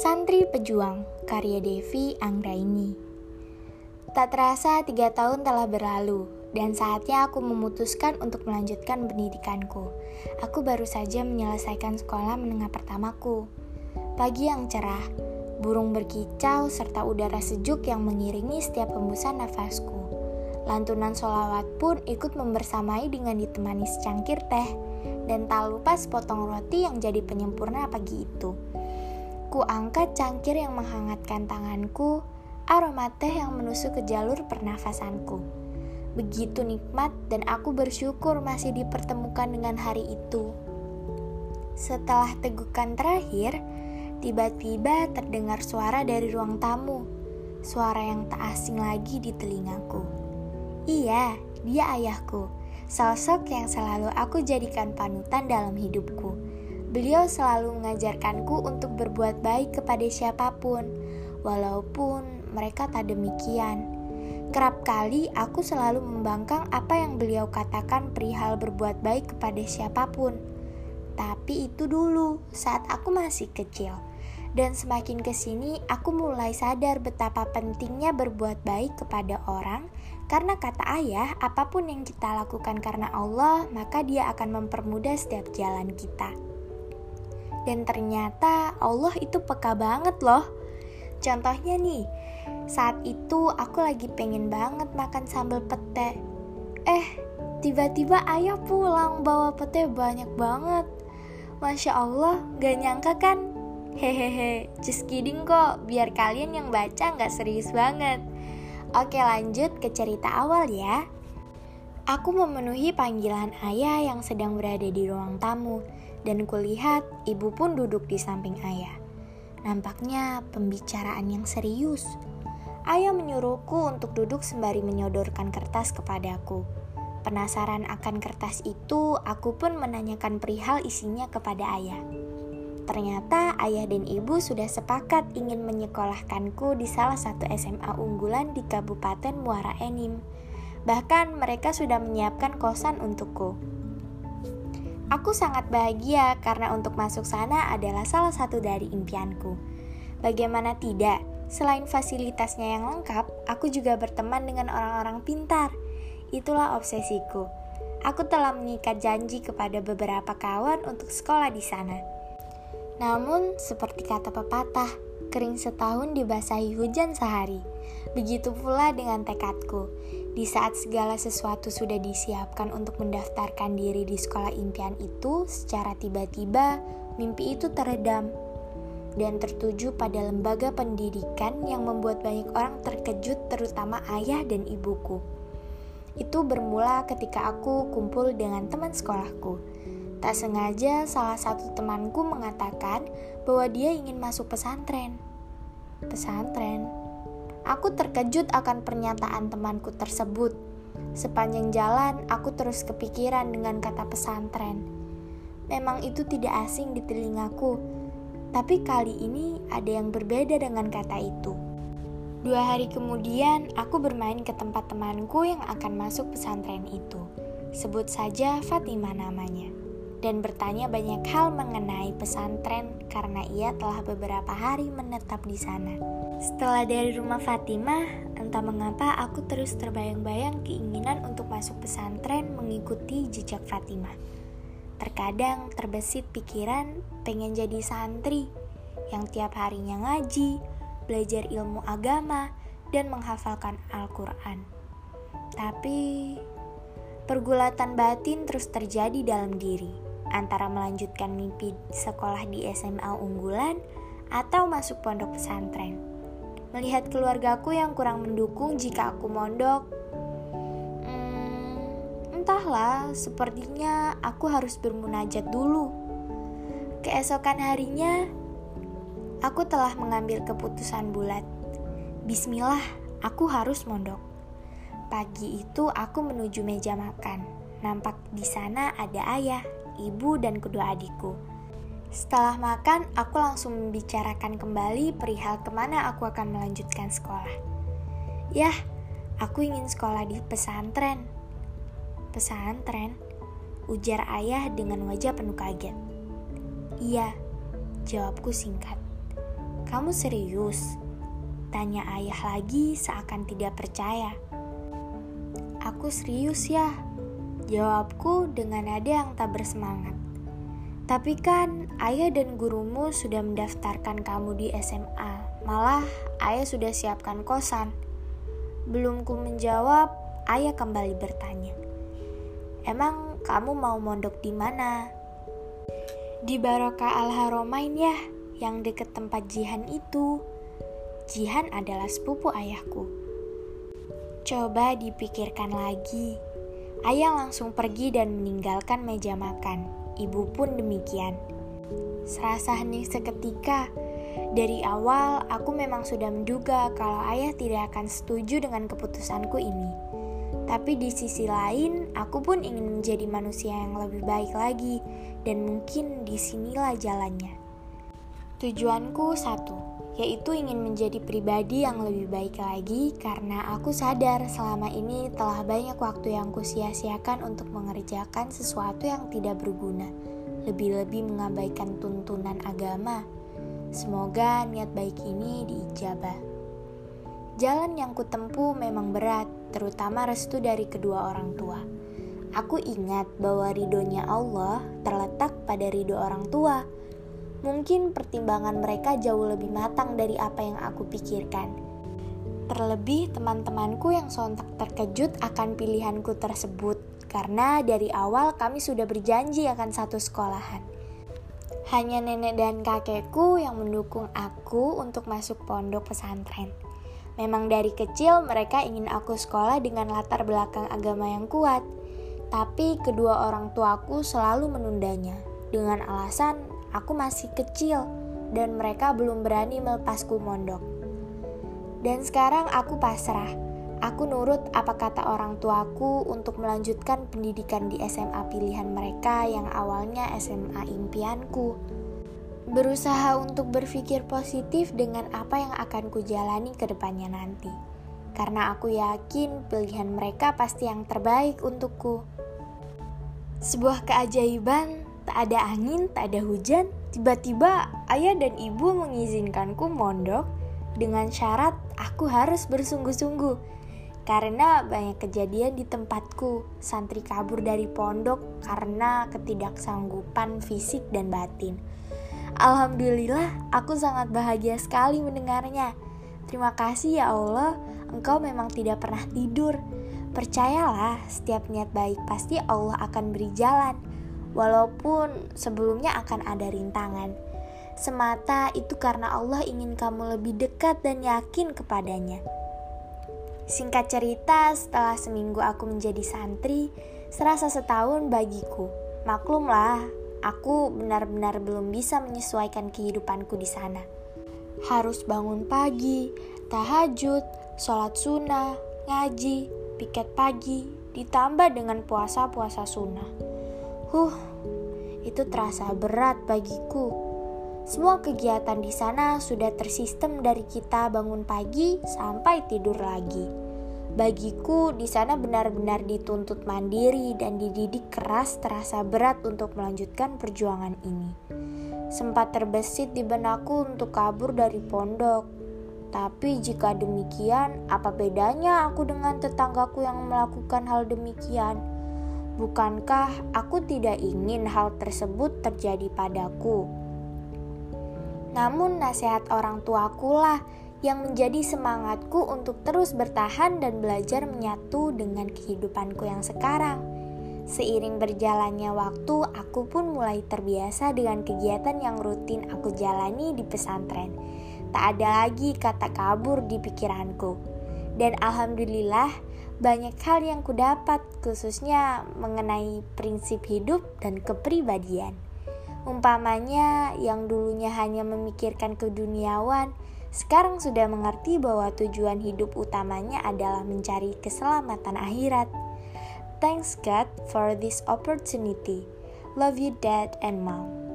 Santri Pejuang, karya Devi Anggraini. Tak terasa 3 tahun telah berlalu, dan saatnya aku memutuskan untuk melanjutkan pendidikanku. Aku baru saja menyelesaikan sekolah menengah pertamaku. Pagi yang cerah, burung berkicau, serta udara sejuk yang mengiringi setiap hembusan nafasku. Lantunan sholawat pun ikut membersamai dengan ditemani secangkir teh, dan tak lupa sepotong roti yang jadi penyempurna pagi itu. Ku angkat cangkir yang menghangatkan tanganku, aroma teh yang menusuk ke jalur pernafasanku. Begitu nikmat dan aku bersyukur masih dipertemukan dengan hari itu. Setelah tegukan terakhir, tiba-tiba terdengar suara dari ruang tamu. Suara yang tak asing lagi di telingaku. Iya, dia ayahku, sosok yang selalu aku jadikan panutan dalam hidupku. Beliau selalu mengajarkanku untuk berbuat baik kepada siapapun, walaupun mereka tak demikian. Kerap kali aku selalu membangkang apa yang beliau katakan perihal berbuat baik kepada siapapun. Tapi itu dulu, saat aku masih kecil. Dan semakin kesini, aku mulai sadar betapa pentingnya berbuat baik kepada orang, karena kata ayah, apapun yang kita lakukan karena Allah, maka dia akan mempermudah setiap jalan kita. Dan ternyata Allah itu peka banget loh. Contohnya nih, saat itu aku lagi pengen banget makan sambal pete. Tiba-tiba ayah pulang bawa pete banyak banget. Masya Allah, gak nyangka kan? Hehehe, just kidding kok, biar kalian yang baca gak serius banget. Oke, lanjut ke cerita awal ya. Aku memenuhi panggilan ayah yang sedang berada di ruang tamu, dan kulihat ibu pun duduk di samping ayah. Nampaknya pembicaraan yang serius. Ayah menyuruhku untuk duduk sembari menyodorkan kertas kepadaku. Penasaran akan kertas itu, aku pun menanyakan perihal isinya kepada ayah. Ternyata ayah dan ibu sudah sepakat ingin menyekolahkanku di salah satu SMA unggulan di Kabupaten Muara Enim. Bahkan mereka sudah menyiapkan kosan untukku. Aku sangat bahagia karena untuk masuk sana adalah salah satu dari impianku. Bagaimana tidak, selain fasilitasnya yang lengkap, aku juga berteman dengan orang-orang pintar. Itulah obsesiku. Aku telah mengikat janji kepada beberapa kawan untuk sekolah di sana. Namun, seperti kata pepatah, kering setahun dibasahi hujan sehari. Begitu pula dengan tekadku. Di saat segala sesuatu sudah disiapkan untuk mendaftarkan diri di sekolah impian itu, secara tiba-tiba mimpi itu teredam dan tertuju pada lembaga pendidikan yang membuat banyak orang terkejut, terutama ayah dan ibuku. Itu bermula ketika aku kumpul dengan teman sekolahku. Tak sengaja salah satu temanku mengatakan bahwa dia ingin masuk pesantren. Pesantren? Aku terkejut akan pernyataan temanku tersebut. Sepanjang jalan, aku terus kepikiran dengan kata pesantren. Memang itu tidak asing di telingaku, tapi kali ini ada yang berbeda dengan kata itu. 2 hari kemudian, aku bermain ke tempat temanku yang akan masuk pesantren itu. Sebut saja Fatimah namanya. Dan bertanya banyak hal mengenai pesantren karena ia telah beberapa hari menetap di sana. Setelah dari rumah Fatimah, entah mengapa aku terus terbayang-bayang keinginan untuk masuk pesantren mengikuti jejak Fatimah. Terkadang terbesit pikiran pengen jadi santri yang tiap harinya ngaji, belajar ilmu agama, dan menghafalkan Al-Quran. Tapi pergulatan batin terus terjadi dalam diri, antara melanjutkan mimpi sekolah di SMA unggulan atau masuk pondok pesantren. Melihat keluargaku yang kurang mendukung jika aku mondok, entahlah, sepertinya aku harus bermunajat dulu. Keesokan harinya, aku telah mengambil keputusan bulat. Bismillah, aku harus mondok. Pagi itu aku menuju meja makan. Nampak di sana ada ayah, ibu, dan kedua adikku. Setelah makan, aku langsung membicarakan kembali perihal kemana aku akan melanjutkan sekolah. Yah, aku ingin sekolah di pesantren. Pesantren? Ujar ayah dengan wajah penuh kaget. Iya, jawabku singkat. Kamu serius? Tanya ayah lagi seakan tidak percaya. Aku serius ya, jawabku dengan nada yang tak bersemangat. Tapi kan ayah dan gurumu sudah mendaftarkan kamu di SMA. Malah ayah sudah siapkan kosan. Belum ku menjawab, ayah kembali bertanya. Emang kamu mau mondok di mana? Di Barokah Al-Haramain ya, yang deket tempat Jihan itu. Jihan adalah sepupu ayahku. Coba dipikirkan lagi. Ayah langsung pergi dan meninggalkan meja makan. Ibu pun demikian. Serasa hening seketika. Dari awal aku memang sudah menduga kalau ayah tidak akan setuju dengan keputusanku ini. Tapi di sisi lain, aku pun ingin menjadi manusia yang lebih baik lagi. Dan mungkin disinilah jalannya. Tujuanku satu, yaitu ingin menjadi pribadi yang lebih baik lagi karena aku sadar selama ini telah banyak waktu yang kusia-siakan untuk mengerjakan sesuatu yang tidak berguna, lebih-lebih mengabaikan tuntunan agama. Semoga niat baik ini diijabah. Jalan yang kutempuh memang berat, terutama restu dari kedua orang tua. Aku ingat bahwa ridhonya Allah terletak pada ridho orang tua. Mungkin pertimbangan mereka jauh lebih matang dari apa yang aku pikirkan. Terlebih teman-temanku yang sontak terkejut akan pilihanku tersebut, karena dari awal kami sudah berjanji akan satu sekolahan. Hanya nenek dan kakekku yang mendukung aku untuk masuk pondok pesantren. Memang dari kecil mereka ingin aku sekolah dengan latar belakang agama yang kuat, tapi kedua orang tuaku selalu menundanya dengan alasan aku masih kecil dan mereka belum berani melepasku mondok. Dan sekarang aku pasrah. Aku nurut apa kata orang tuaku untuk melanjutkan pendidikan di SMA pilihan mereka yang awalnya SMA impianku. Berusaha untuk berpikir positif dengan apa yang akan kujalani ke depannya nanti. Karena aku yakin pilihan mereka pasti yang terbaik untukku. Sebuah keajaiban. Tak ada angin, tak ada hujan, tiba-tiba ayah dan ibu mengizinkanku mondok dengan syarat aku harus bersungguh-sungguh. Karena banyak kejadian di tempatku, santri kabur dari pondok karena ketidaksanggupan fisik dan batin. Alhamdulillah, aku sangat bahagia sekali mendengarnya. Terima kasih ya Allah, Engkau memang tidak pernah tidur. Percayalah, setiap niat baik pasti Allah akan beri jalan. Walaupun sebelumnya akan ada rintangan. Semata itu karena Allah ingin kamu lebih dekat dan yakin kepadanya. Singkat cerita, setelah seminggu aku menjadi santri, serasa setahun bagiku. Maklumlah, aku benar-benar belum bisa menyesuaikan kehidupanku di sana. Harus bangun pagi, tahajud, sholat sunnah, ngaji, piket pagi, ditambah dengan puasa-puasa sunnah. Itu terasa berat bagiku. Semua kegiatan di sana sudah tersistem dari kita bangun pagi sampai tidur lagi. Bagiku di sana benar-benar dituntut mandiri dan dididik keras, terasa berat untuk melanjutkan perjuangan ini. Sempat terbesit di benakku untuk kabur dari pondok. Tapi jika demikian, apa bedanya aku dengan tetanggaku yang melakukan hal demikian? Bukankah aku tidak ingin hal tersebut terjadi padaku? Namun nasihat orang tuaku lah yang menjadi semangatku untuk terus bertahan dan belajar menyatu dengan kehidupanku yang sekarang. Seiring berjalannya waktu, aku pun mulai terbiasa dengan kegiatan yang rutin aku jalani di pesantren. Tak ada lagi kata kabur di pikiranku. Dan alhamdulillah, banyak hal yang kudapat, khususnya mengenai prinsip hidup dan kepribadian. Umpamanya yang dulunya hanya memikirkan keduniawan, sekarang sudah mengerti bahwa tujuan hidup utamanya adalah mencari keselamatan akhirat. Thanks God for this opportunity. Love you, Dad and Mom.